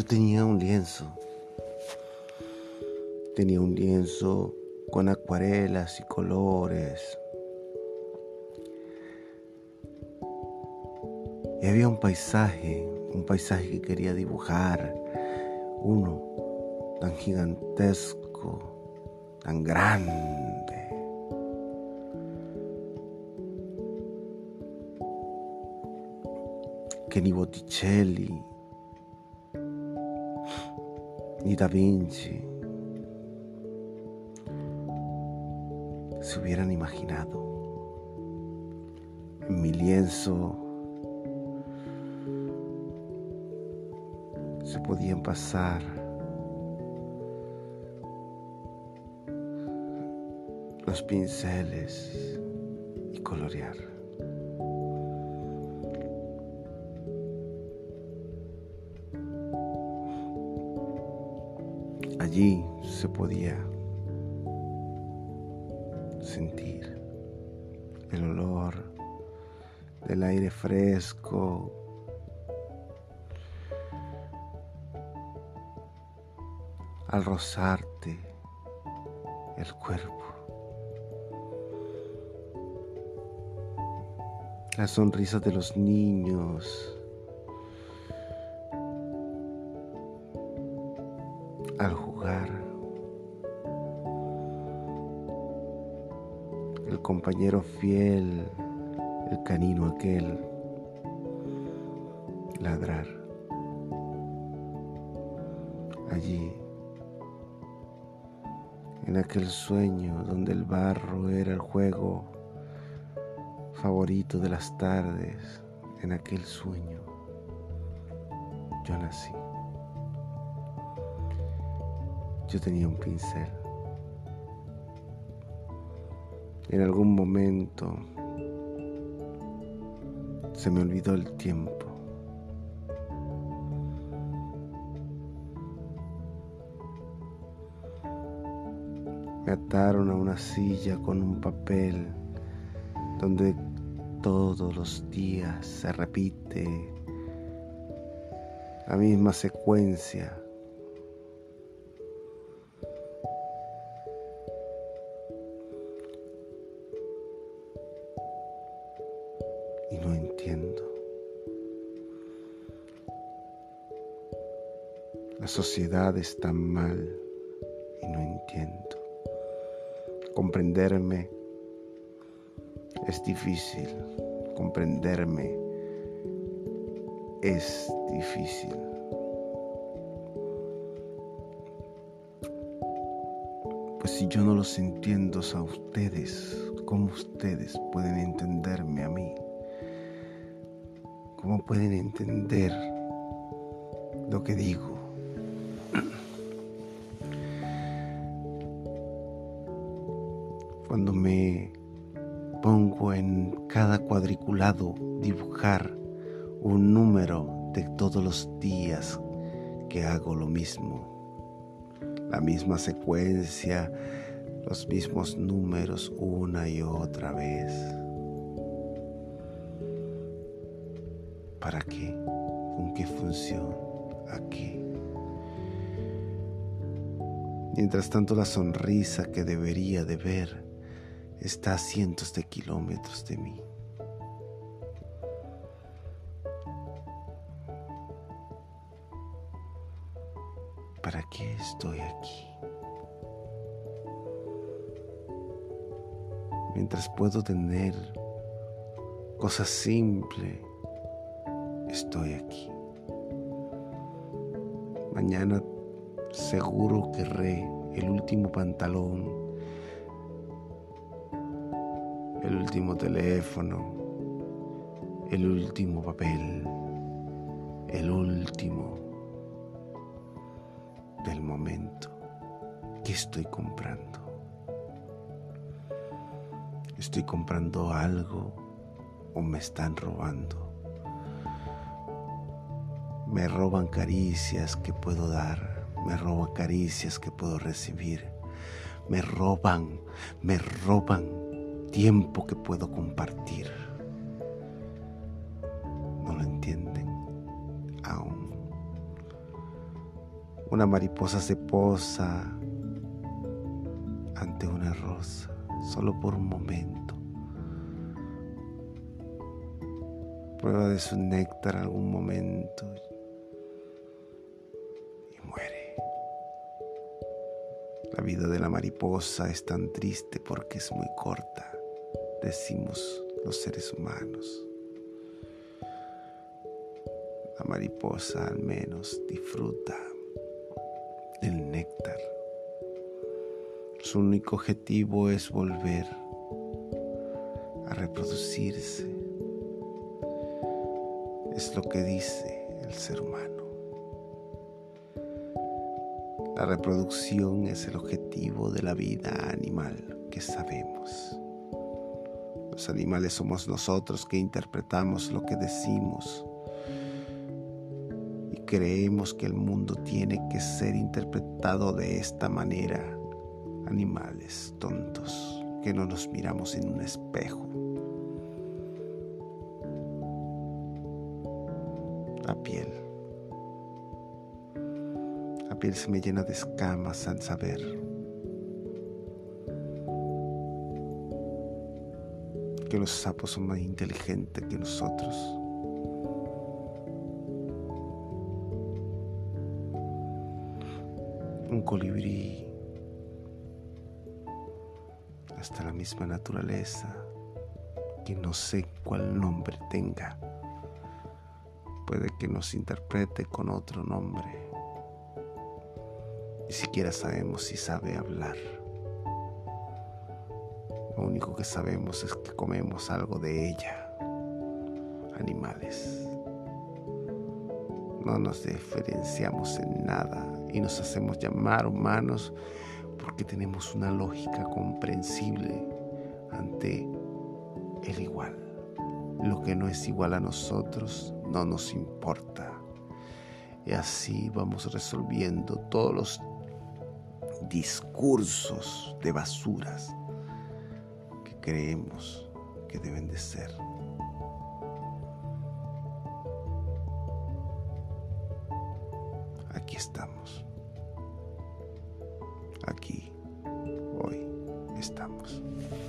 tenía un lienzo con acuarelas y colores. Y había un paisaje que quería dibujar, uno tan gigantesco, tan grande. Que ni Botticelli, ni Da Vinci se hubieran imaginado. En mi lienzo se podían pasar los pinceles y colorear. Allí se podía sentir el olor del aire fresco, al rozarte el cuerpo, las sonrisas de los niños, al jugar, el compañero fiel, el canino aquel, ladrar. Allí, en aquel sueño donde el barro era el juego favorito de las tardes, en aquel sueño yo nací. Yo tenía un pincel. En algún momento se me olvidó el tiempo. Me ataron a una silla con un papel donde todos los días se repite la misma secuencia. Y no entiendo. La sociedad está mal y no entiendo. Comprenderme es difícil. Comprenderme es difícil. Pues si yo no los entiendo a ustedes, ¿cómo ustedes pueden entenderme a mí? ¿Cómo pueden entender lo que digo? Cuando me pongo en cada cuadriculado dibujar un número de todos los días que hago lo mismo, la misma secuencia, los mismos números una y otra vez. ¿Para qué? ¿Con qué función? ¿A qué? Mientras tanto, la sonrisa que debería de ver está a cientos de kilómetros de mí. ¿Para qué estoy aquí? Mientras puedo tener cosas simples, estoy aquí. Mañana seguro querré el último pantalón, el último teléfono, el último papel, el último del momento. ¿Qué estoy comprando? ¿Estoy comprando algo o me están robando? Me roban caricias que puedo dar, me roban caricias que puedo recibir, me roban tiempo que puedo compartir. No lo entienden aún. Una mariposa se posa ante una rosa, solo por un momento. Prueba de su néctar algún momento y muere. La vida de la mariposa es tan triste porque es muy corta, decimos los seres humanos. La mariposa al menos disfruta del néctar. Su único objetivo es volver a reproducirse. Es lo que dice el ser humano. La reproducción es el objetivo de la vida animal que sabemos. Los animales somos nosotros que interpretamos lo que decimos y creemos que el mundo tiene que ser interpretado de esta manera. Animales tontos que no nos miramos en un espejo. La piel se me llena de escamas al saber que los sapos son más inteligentes que nosotros. Un colibrí, hasta la misma naturaleza, que no sé cuál nombre tenga, puede que nos interprete con otro nombre. Ni siquiera sabemos si sabe hablar. Lo único que sabemos es que comemos algo de ella. Animales. No nos diferenciamos en nada y nos hacemos llamar humanos porque tenemos una lógica comprensible ante el igual. Lo que no es igual a nosotros no nos importa. Y así vamos resolviendo todos los discursos de basuras que creemos que deben de ser. Aquí estamos. Aquí, hoy estamos.